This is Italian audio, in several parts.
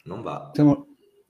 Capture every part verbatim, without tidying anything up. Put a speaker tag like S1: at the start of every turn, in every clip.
S1: Non va.
S2: Siamo...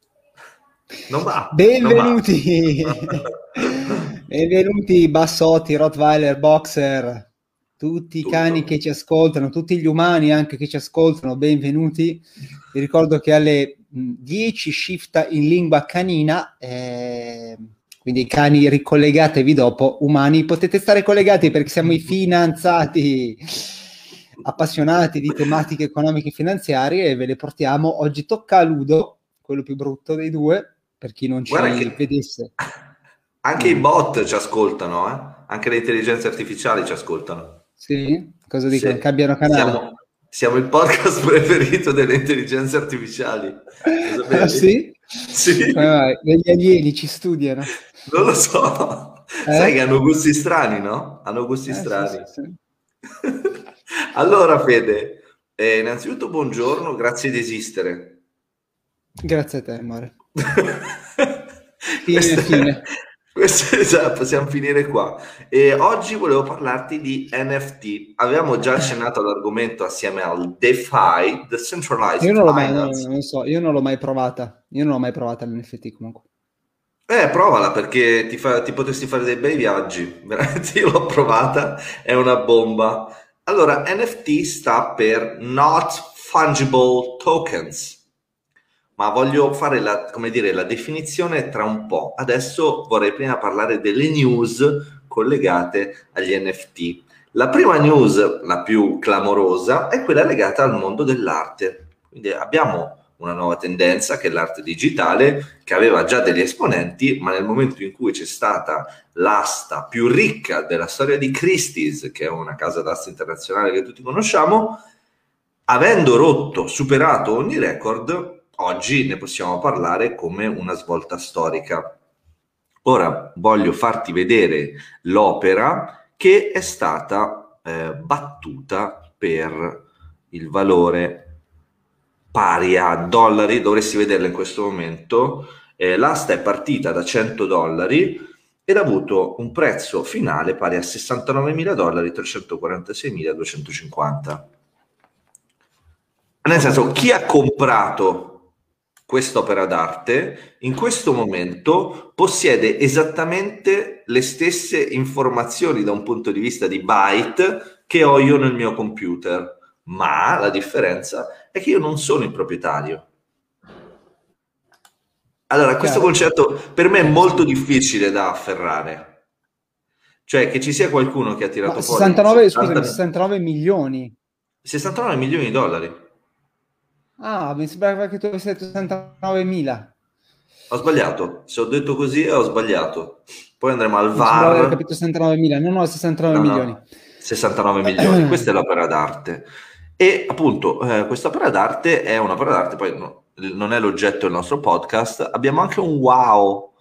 S1: Non va.
S2: Benvenuti!
S1: Non va.
S2: Benvenuti Bassotti, Rottweiler, Boxer, tutti i cani
S1: Tutto.
S2: che ci ascoltano, tutti gli umani anche che ci ascoltano, benvenuti. Vi ricordo che alle dieci shift in lingua canina, eh, quindi cani ricollegatevi dopo, umani potete stare collegati perché siamo i finanziati appassionati di tematiche economiche e finanziarie e ve le portiamo. Oggi tocca a Ludo, quello più brutto dei due, per chi non
S1: Guarda
S2: ci
S1: che
S2: vedesse.
S1: anche i
S2: Mm.
S1: bot ci ascoltano, eh? Anche le intelligenze artificiali ci ascoltano.
S2: Sì? Cosa dicono?
S1: Sì.
S2: Cambiano canale?
S1: Siamo, siamo il podcast preferito delle intelligenze artificiali. Lo
S2: Ah,
S1: sapevi?
S2: sì? Come
S1: Sì.
S2: mai? Degli alieni ci studiano.
S1: Non lo so. Sai che
S2: Eh?
S1: hanno gusti strani, no? Hanno gusti
S2: Eh, sì,
S1: strani.
S2: sì, sì.
S1: Allora, Fede, eh, innanzitutto buongiorno, grazie di esistere.
S2: Grazie a te, amore. Fine,
S1: Questa,
S2: fine.
S1: questa, esatto, possiamo finire qua. E oggi volevo parlarti di N F T. Avevamo già accennato all'argomento assieme al DeFi,
S2: Io
S1: Decentralized
S2: non l'ho mai, no,
S1: Finance.
S2: non so, io non l'ho mai provata. Io non l'ho mai provata l'N F T comunque.
S1: Eh, provala perché ti, fa- ti potresti fare dei bei viaggi. Veramente, io l'ho provata, è una bomba. Allora, N F T sta per Not Fungible Tokens. Ma voglio fare la, come dire, la definizione tra un po'. Adesso vorrei prima parlare delle news collegate agli N F T. La prima news, la più clamorosa, è quella legata al mondo dell'arte. Quindi abbiamo una nuova tendenza che è l'arte digitale, che aveva già degli esponenti, ma nel momento in cui c'è stata l'asta più ricca della storia di Christie's, che è una casa d'asta internazionale che tutti conosciamo, avendo rotto, superato ogni record, oggi ne possiamo parlare come una svolta storica. Ora voglio farti vedere l'opera che è stata eh, battuta per il valore pari a dollari, dovresti vederla in questo momento. Eh, l'asta è partita da cento dollari ed ha avuto un prezzo finale pari a sessantanovemila dollari, trecentoquarantaseimiladuecentocinquanta. Nel senso, chi ha comprato quest'opera d'arte in questo momento possiede esattamente le stesse informazioni da un punto di vista di byte che ho io nel mio computer, ma la differenza è che io non sono il proprietario. Allora, questo
S2: Chiaro?
S1: concetto per me è molto
S2: Sì.
S1: difficile da afferrare, cioè che ci sia qualcuno che ha
S2: Ma
S1: tirato fuori
S2: sessantanove, scusami,
S1: settanta
S2: sessantanove milioni.
S1: sessantanove milioni di dollari.
S2: Ah, mi sembrava che tu avessi detto sessantanovemila.
S1: Ho sbagliato, se ho detto così ho sbagliato. Poi andremo al
S2: Mi sembrava di aver
S1: V A R.
S2: capito sessantanovemila. No, no, sessantanove
S1: No,
S2: milioni.
S1: no, sessantanove milioni. Questa è l'opera d'arte. E appunto, eh, questa opera d'arte è un'opera d'arte, poi no, non è l'oggetto del nostro podcast. Abbiamo anche un wow.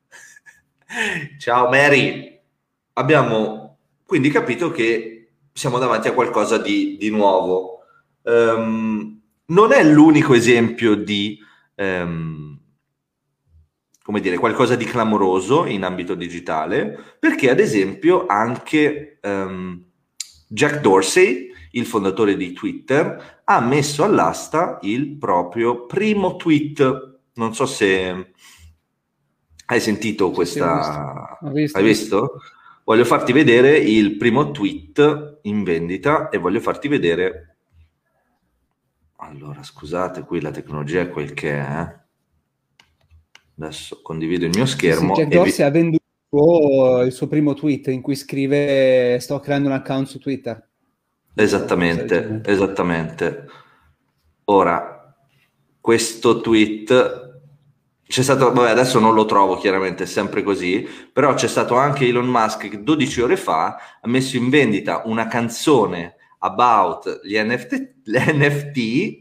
S1: Ciao Mary. Abbiamo quindi capito che siamo davanti a qualcosa di, di nuovo. Um, non è l'unico esempio di... Um, come dire, qualcosa di clamoroso in ambito digitale, perché ad esempio anche um, Jack Dorsey, il fondatore di Twitter, ha messo all'asta il proprio primo tweet. Non so se hai sentito
S2: Sì, sì, ho visto.
S1: questa...
S2: Ho visto,
S1: Hai
S2: ho visto.
S1: visto? Voglio farti vedere il primo tweet in vendita e voglio farti vedere... Allora, scusate, qui la tecnologia è quel che è, eh? Adesso condivido il mio
S2: Sì, sì,
S1: schermo
S2: Jack
S1: e vi...
S2: Dorsey ha venduto il suo, il suo primo tweet in cui scrive sto creando un account su Twitter. Giusto? Sta
S1: Esattamente,
S2: dicendo.
S1: esattamente. Ora, questo tweet c'è stato, vabbè, adesso non lo trovo chiaramente, è sempre così, però c'è stato anche Elon Musk che dodici ore fa ha messo in vendita una canzone about gli N F T, l'N F T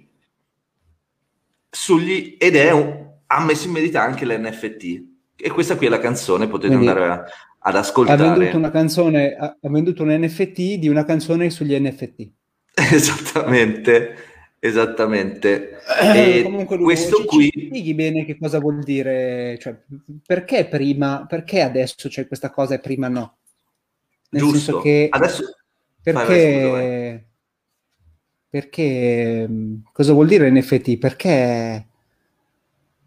S1: sugli, ed è un, ha messo in vendita anche l'N F T. E questa qui è la canzone, potete
S2: Quindi
S1: andare a, ad
S2: ha venduto
S1: ascoltare.
S2: una canzone, ha, ha venduto un N F T di una canzone sugli N F T.
S1: Esattamente, esattamente. E
S2: Comunque, Ludo,
S1: questo
S2: ci, ci
S1: qui,
S2: spieghi bene che cosa vuol dire, cioè, perché prima, perché adesso c'è questa cosa e prima no? Nel senso
S1: giusto,
S2: che,
S1: adesso, vai, vai, scusa, vai.
S2: perché, perché, mh, cosa vuol dire N F T? Perché,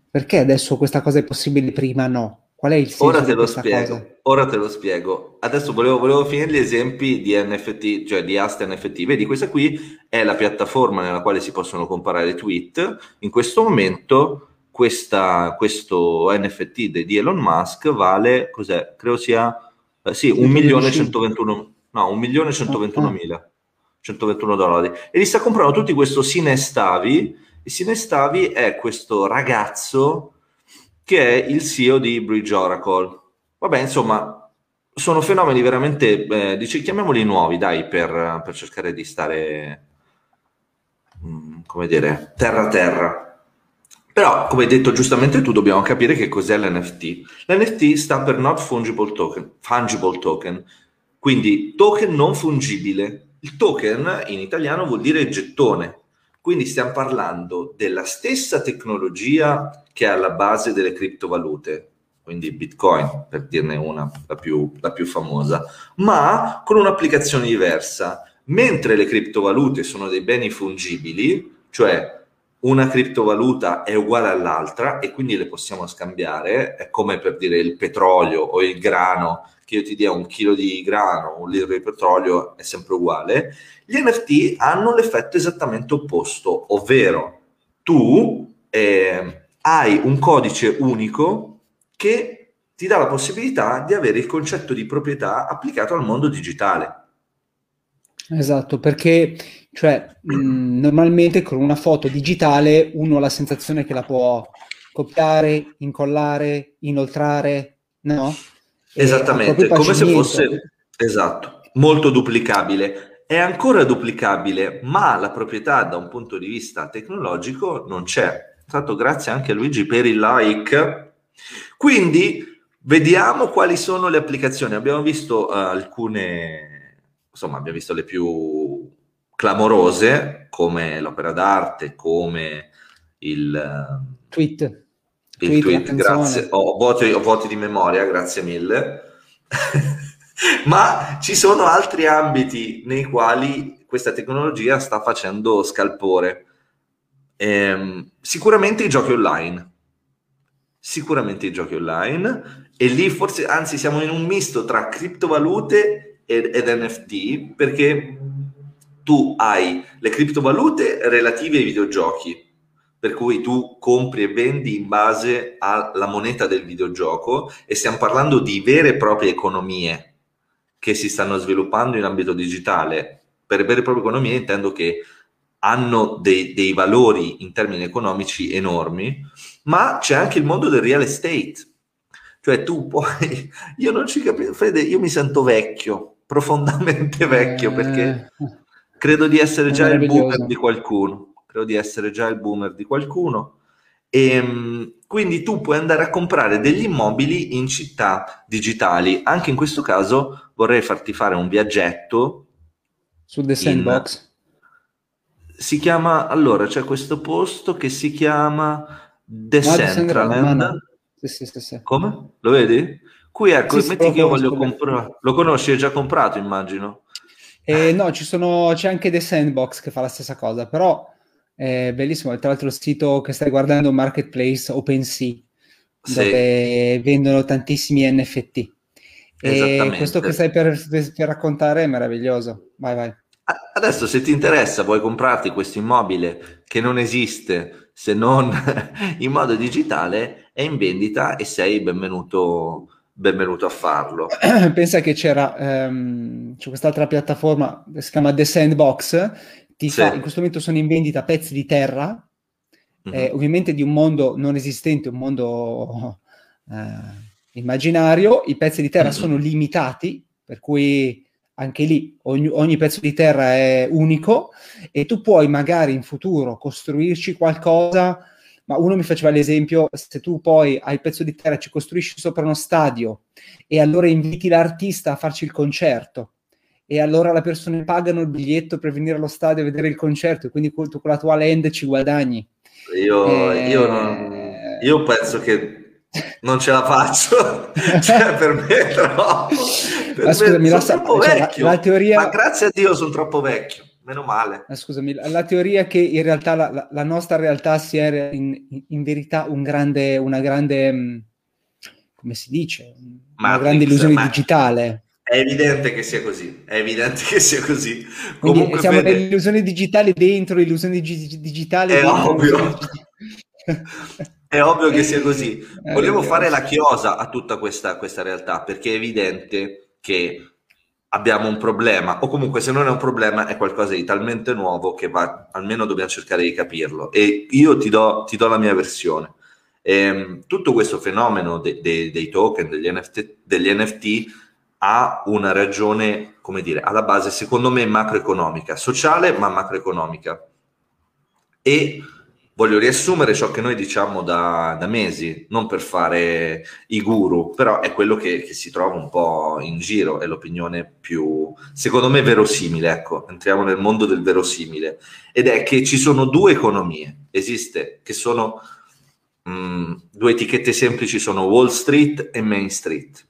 S2: Perché adesso questa cosa è possibile, prima no? Qual è il
S1: Ora
S2: senso
S1: te
S2: di
S1: lo
S2: questa cosa?
S1: spiego, ora te lo spiego. Adesso volevo, volevo finire gli esempi di N F T, cioè di aste N F T. Vedi, questa qui è la piattaforma nella quale si possono comparare tweet. In questo momento questa- questo N F T de- di Elon Musk vale, cos'è? Credo sia, eh, sì,
S2: Sì,
S1: un
S2: due
S1: milione e
S2: dodici.
S1: centoventuno, no, un milione e
S2: Ah, ah,
S1: centoventunomila, centoventuno dollari. E li sta comprando tutti questo Sinestavi. E Sinestavi è questo ragazzo che è il C E O di Bridge Oracle. Vabbè, insomma, sono fenomeni veramente, eh, dici, chiamiamoli nuovi, dai, per, per cercare di stare, mh, come dire, terra a terra. Però, come hai detto giustamente tu, dobbiamo capire che cos'è l'N F T. L'N F T sta per Not Fungible Token, Fungible Token, quindi token non fungibile. Il token in italiano vuol dire gettone, quindi stiamo parlando della stessa tecnologia che è alla base delle criptovalute, quindi Bitcoin, per dirne una, la più, la più famosa, ma con un'applicazione diversa. Mentre le criptovalute sono dei beni fungibili, cioè una criptovaluta è uguale all'altra e quindi le possiamo scambiare, è come per dire il petrolio o il grano, che io ti dia un chilo di grano, un litro di petrolio è sempre uguale. Gli N F T hanno l'effetto esattamente opposto, ovvero tu eh, hai un codice unico che ti dà la possibilità di avere il concetto di proprietà applicato al mondo digitale.
S2: esatto, perché cioè, mh, normalmente con una foto digitale uno ha la sensazione che la può copiare, incollare, inoltrare, no? E ha proprio
S1: Esattamente, come se
S2: pacinamento.
S1: fosse, esatto, molto duplicabile. È ancora duplicabile, ma la proprietà da un punto di vista tecnologico non c'è. Tanto grazie anche a Luigi per il like. Quindi vediamo quali sono le applicazioni. Abbiamo visto eh, alcune, insomma, abbiamo visto le più clamorose, come l'opera d'arte, come il, eh,
S2: Tweet,
S1: il
S2: tweet, la
S1: tweet, grazie.
S2: canzone.
S1: Ho voti, ho voti di memoria, grazie mille. Ma ci sono altri ambiti nei quali questa tecnologia sta facendo scalpore. Ehm, sicuramente i giochi online. Sicuramente i giochi online. E lì forse, anzi, siamo in un misto tra criptovalute ed, ed N F T, perché tu hai le criptovalute relative ai videogiochi, per cui tu compri e vendi in base alla moneta del videogioco, e stiamo parlando di vere e proprie economie che si stanno sviluppando in ambito digitale. Per vere e proprie economie intendo che hanno dei, dei valori in termini economici enormi, ma c'è anche il mondo del real estate. Cioè tu puoi, io non ci capisco, Fede, io mi sento vecchio, profondamente vecchio,
S2: Eh,
S1: perché credo di essere
S2: è
S1: già il boomer di
S2: meraviglioso.
S1: qualcuno, credo di essere già il boomer di qualcuno. E mh, quindi tu puoi andare a comprare degli immobili in città digitali. Anche in questo caso vorrei farti fare un viaggetto
S2: Su The
S1: in...
S2: Sandbox.
S1: Si chiama, allora, c'è questo posto che si chiama
S2: Ah, The Sandbox, ma
S1: Decentraland.
S2: no. Sì, sì, sì, sì.
S1: Come? Lo vedi? Qui ecco,
S2: Sì, sì,
S1: metti
S2: lo
S1: che io voglio
S2: conosco bene.
S1: comprare. Lo conosci? È già comprato, immagino.
S2: Eh, no, ci sono, c'è anche The Sandbox che fa la stessa cosa, però è bellissimo. Tra l'altro il sito che stai guardando è un marketplace OpenSea,
S1: Sì,
S2: dove vendono tantissimi N F T. E questo che
S1: esattamente.
S2: stai per, per raccontare è meraviglioso. Vai, vai.
S1: A- Adesso, se ti interessa, puoi comprarti questo immobile che non esiste se non in modo digitale, è in vendita e sei benvenuto, benvenuto a farlo.
S2: Pensa che c'era ehm, c'è quest'altra piattaforma che si chiama The Sandbox, ti
S1: Sì.
S2: fa, in questo momento sono in vendita pezzi di terra, eh,
S1: Mhm.
S2: ovviamente di un mondo non esistente, un mondo eh, immaginario. I pezzi di terra sono limitati, per cui anche lì ogni, ogni pezzo di terra è unico e tu puoi magari in futuro costruirci qualcosa. Ma uno mi faceva l'esempio: se tu poi hai il pezzo di terra e ci costruisci sopra uno stadio e allora inviti l'artista a farci il concerto e allora le persone pagano il biglietto per venire allo stadio a vedere il concerto e quindi tu con la tua land ci guadagni.
S1: Io, io, non,
S2: Eh...
S1: io penso che non ce la faccio, cioè per me è troppo,
S2: Ma
S1: per me
S2: scusami, la,
S1: sono troppo
S2: cioè, la, la
S1: vecchio, ma
S2: teoria...
S1: grazie a Dio sono troppo vecchio, meno male.
S2: Ah, scusami, la, la teoria che in realtà la, la, la nostra realtà sia in, in verità un grande, una grande, mh, come si dice, una
S1: Matrix,
S2: grande illusione
S1: ma
S2: digitale.
S1: è evidente che sia così, è evidente che sia così.
S2: Quindi
S1: Comunque,
S2: siamo nelle
S1: Fede,
S2: illusioni digitali dentro illusioni dig- digitali
S1: è
S2: dentro illusioni
S1: ovvio,
S2: digitali.
S1: è ovvio che sia così. Volevo fare
S2: Meraviglioso.
S1: la chiosa a tutta questa, questa realtà, perché è evidente che abbiamo un problema, o comunque se non è un problema è qualcosa di talmente nuovo che va, almeno dobbiamo cercare di capirlo. E io ti do, ti do la mia versione. Ehm, tutto questo fenomeno de- de- dei token, degli N F T, degli N F T ha una ragione, come dire, alla base secondo me macroeconomica, sociale ma macroeconomica. E voglio riassumere ciò che noi diciamo da, da mesi, non per fare i guru, però è quello che, che si trova un po' in giro, è l'opinione più, secondo me, verosimile, ecco, entriamo nel mondo del verosimile, ed è che ci sono due economie, esiste, che sono mh, due etichette semplici, sono Wall Street e Main Street.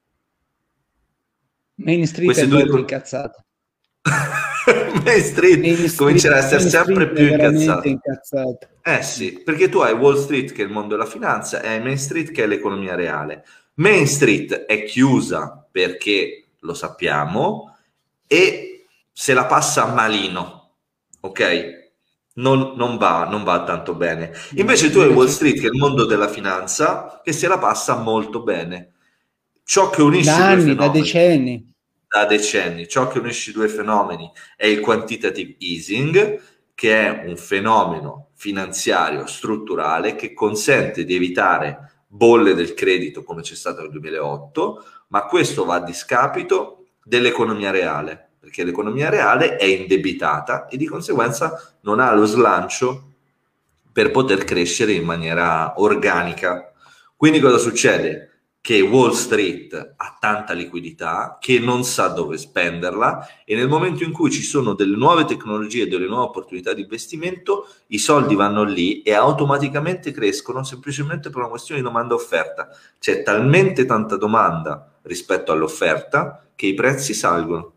S2: Main Street è
S1: Queste due
S2: molto
S1: econ-
S2: incazzato.
S1: Main
S2: Main
S1: Street
S2: Street,
S1: comincerà a essere
S2: Main
S1: sempre
S2: Street è
S1: più
S2: veramente
S1: incazzato.
S2: incazzato.
S1: Eh sì, perché tu hai Wall Street che è il mondo della finanza e hai Main Street che è l'economia reale. Main Street è chiusa perché lo sappiamo e se la passa malino, ok? Non, non va, non va tanto bene.
S2: No,
S1: Invece tu hai Wall
S2: invece
S1: Street che è il mondo della finanza che se la passa molto bene. Ciò che
S2: da
S1: unisce i due
S2: anni, da
S1: fenomeni
S2: decenni.
S1: da decenni, ciò che unisce i due fenomeni è il quantitative easing, che è un fenomeno finanziario strutturale che consente di evitare bolle del credito come c'è stato nel duemilaotto, ma questo va a discapito dell'economia reale, perché l'economia reale è indebitata e di conseguenza non ha lo slancio per poter crescere in maniera organica. Quindi cosa succede? Che Wall Street ha tanta liquidità che non sa dove spenderla e nel momento in cui ci sono delle nuove tecnologie, delle nuove opportunità di investimento, i soldi vanno lì e automaticamente crescono semplicemente per una questione di domanda-offerta. C'è talmente tanta domanda rispetto all'offerta che i prezzi salgono.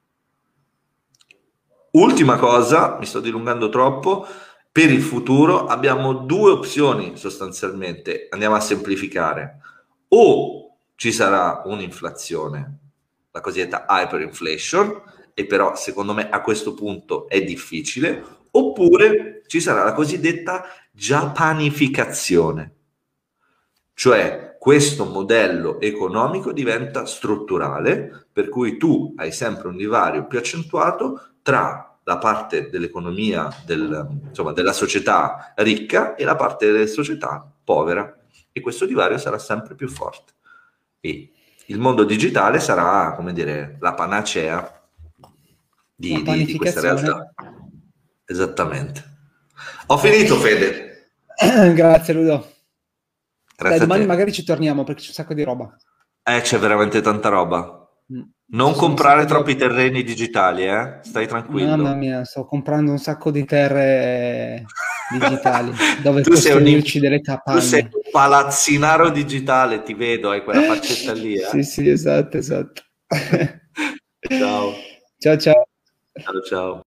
S1: Ultima cosa, mi sto dilungando troppo, per il futuro abbiamo due opzioni sostanzialmente, andiamo a semplificare. O ci sarà un'inflazione, la cosiddetta hyperinflation, e però secondo me a questo punto è difficile, oppure ci sarà la cosiddetta giapanificazione, cioè questo modello economico diventa strutturale, per cui tu hai sempre un divario più accentuato tra la parte dell'economia, del, insomma, della società ricca e la parte della società povera. E questo divario sarà sempre più forte. E il mondo digitale sarà, come dire, la panacea di, di, di questa realtà. Esattamente. Ho finito, Fede.
S2: Grazie Ludo. Dai,
S1: Grazie a
S2: domani
S1: te.
S2: magari ci torniamo perché c'è un sacco di roba.
S1: Eh, c'è veramente tanta roba.
S2: Mm.
S1: Non
S2: Ci sono un
S1: comprare
S2: sacco di
S1: troppi
S2: roba.
S1: terreni digitali, eh? Stai tranquillo.
S2: Mamma mia, sto comprando un sacco di terre digitali dove
S1: tu, sei un,
S2: costruirci delle
S1: tu sei
S2: capanne.
S1: un palazzinaro digitale, ti vedo, hai quella faccetta lì, eh?
S2: Sì, sì, esatto, esatto.
S1: Ciao.
S2: Ciao, ciao.
S1: Ciao, ciao.